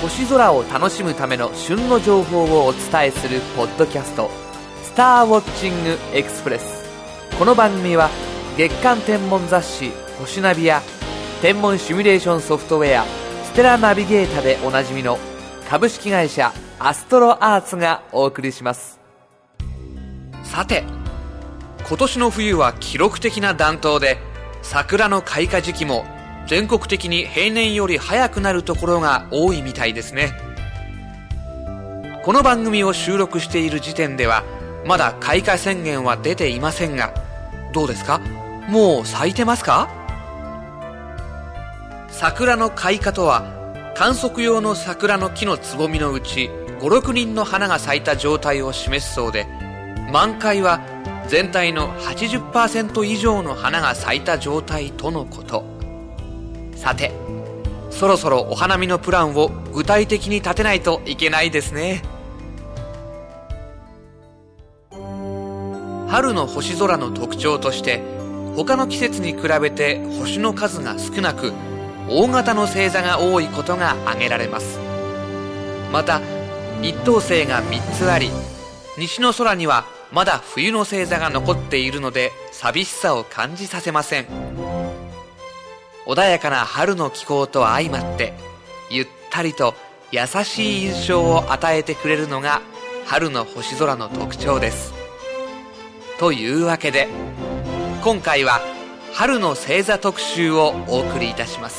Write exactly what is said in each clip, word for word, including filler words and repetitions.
星空を楽しむための旬の情報をお伝えするポッドキャスト、スターウォッチングエクスプレス。この番組は月間天文雑誌星ナビや天文シミュレーションソフトウェアステラナビゲータでおなじみの株式会社アストロアーツがお送りします。さて、今年の冬は記録的な暖冬で、桜の開花時期も全国的に平年より早くなるところが多いみたいですね。この番組を収録している時点ではまだ開花宣言は出ていませんが、どうですか？もう咲いてますか？桜の開花とは、観測用の桜の木のつぼみのうちご、ろくにんの花が咲いた状態を示すそうで、満開は全体の はちじゅっパーセント 以上の花が咲いた状態とのこと。さて、そろそろお花見のプランを具体的に立てないといけないですね。春の星空の特徴として、他の季節に比べて星の数が少なく、大型の星座が多いことが挙げられます。また、一等星がみっつあり、西の空にはまだ冬の星座が残っているので、寂しさを感じさせません。穏やかな春の気候と相まって、ゆったりと優しい印象を与えてくれるのが春の星空の特徴です。というわけで、今回は春の星座特集をお送りいたします。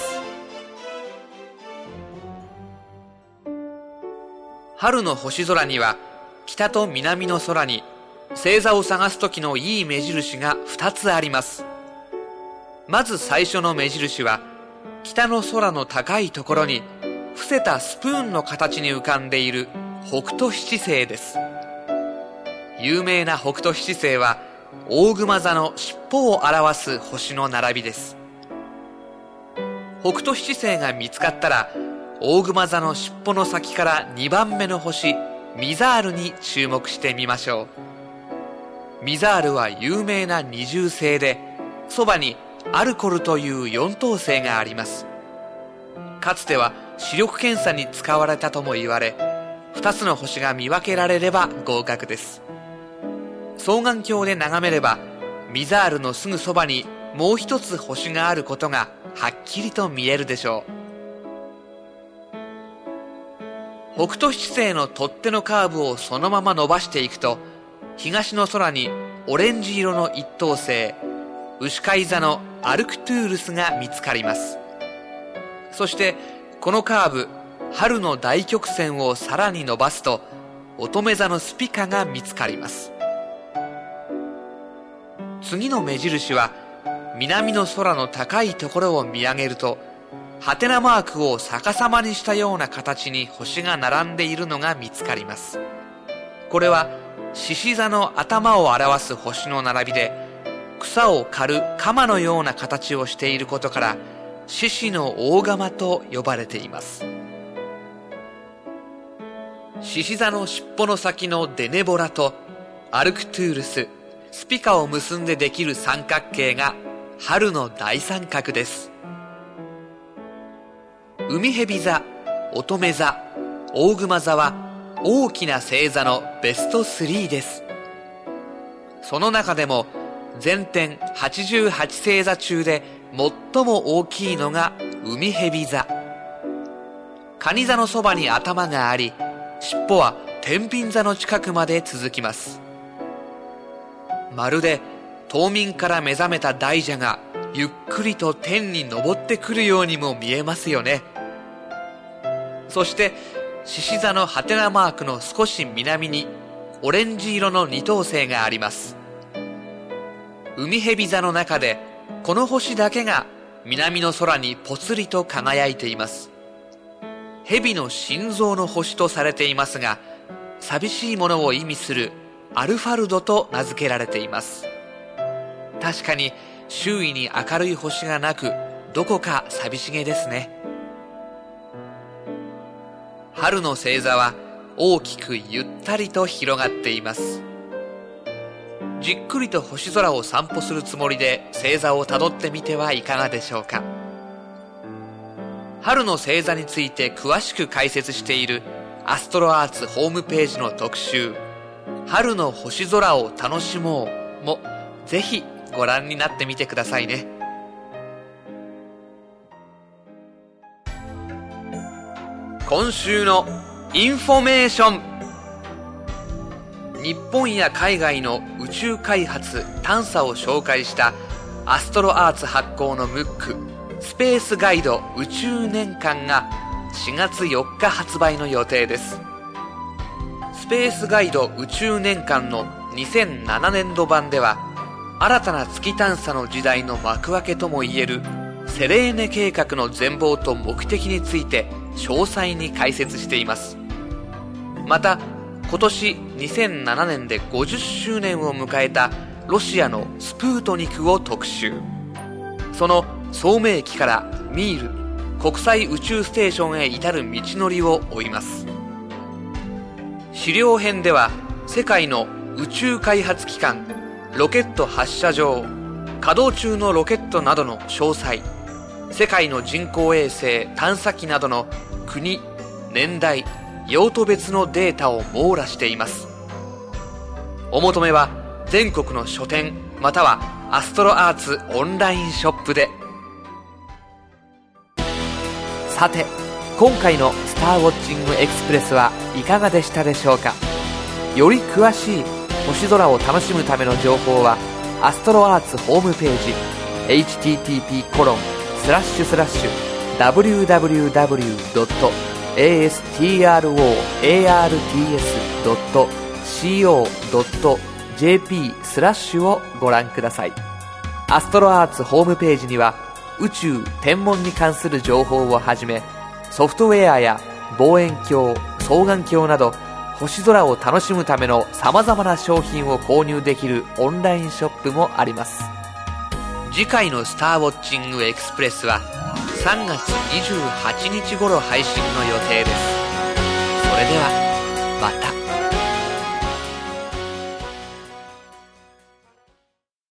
春の星空には、北と南の空に星座を探す時のいい目印がふたつあります。まず最初の目印は、北の空の高いところに伏せたスプーンの形に浮かんでいる北斗七星です。有名な北斗七星は大熊座の尻尾を表す星の並びです。北斗七星が見つかったら、大熊座の尻尾の先からにばんめの星ミザールに注目してみましょう。ミザールは有名な二重星で、そばにアルコルという四等星があります。かつては視力検査に使われたとも言われ、二つの星が見分けられれば合格です。双眼鏡で眺めれば、ミザールのすぐそばにもう一つ星があることがはっきりと見えるでしょう。北斗七星の取っ手のカーブをそのまま伸ばしていくと、東の空にオレンジ色の一等星、牛飼い座のアルクトゥールスが見つかります。そしてこのカーブ、春の大曲線をさらに伸ばすと、乙女座のスピカが見つかります。次の目印は、南の空の高いところを見上げると、ハテナマークを逆さまにしたような形に星が並んでいるのが見つかります。これは獅子座の頭を表す星の並びで、草を刈る鎌のような形をしていることから、獅子の大釜と呼ばれています。獅子座の尻尾の先のデネボラとアルクトゥールス、スピカを結んでできる三角形が春の大三角です。海蛇座、乙女座、大熊座は大きな星座のベストスリーです。その中でも全天はちじゅうはち星座中で最も大きいのが海蛇座。蟹座のそばに頭があり、尻尾は天秤座の近くまで続きます。まるで冬眠から目覚めた大蛇がゆっくりと天に昇ってくるようにも見えますよね。そして獅子座のハテナマークの少し南にオレンジ色の二等星があります。海蛇座の中でこの星だけが南の空にぽつりと輝いています。蛇の心臓の星とされていますが、寂しいものを意味するアルファルドと名付けられています。確かに周囲に明るい星がなく、どこか寂しげですね。春の星座は大きくゆったりと広がっています。じっくりと星空を散歩するつもりで星座をたどってみてはいかがでしょうか。 春の星座について詳しく解説しているアストロアーツホームページの特集、春の星空を楽しもうもぜひご覧になってみてくださいね。今週のインフォメーション。日本や海外の宇宙開発・探査を紹介したアストロアーツ発行のムック、スペースガイド宇宙年間がしがつよっか発売の予定です。スペースガイド宇宙年間のにせんななねんど版では、新たな月探査の時代の幕開けともいえるセレーネ計画の全貌と目的について詳細に解説しています。また今年にせんななねんでごじゅっしゅうねんを迎えたロシアのスプートニクを特集。その聡明期からミール国際宇宙ステーションへ至る道のりを追います。資料編では世界の宇宙開発機関、ロケット発射場、稼働中のロケットなどの詳細、世界の人工衛星探査機などの国、年代、用途別のデータを網羅しています。お求めは全国の書店またはアストロアーツオンラインショップで。さて、今回のスターウォッチングエクスプレスはいかがでしたでしょうか。より詳しい星空を楽しむための情報はアストロアーツホームページ エイチティーティーピーコロンスラッシュスラッシュダブリューダブリューダブリュードットエーエスティーアールオーエーアールティーエスドットシーオードットジェーピー スラッシュをご覧ください。アストロアーツホームページには宇宙天文に関する情報をはじめ、ソフトウェアや望遠鏡、双眼鏡など星空を楽しむための様々な商品を購入できるオンラインショップもあります。次回のスターウォッチングエクスプレスはさんがつにじゅうはちにち頃配信の予定です。それではまた。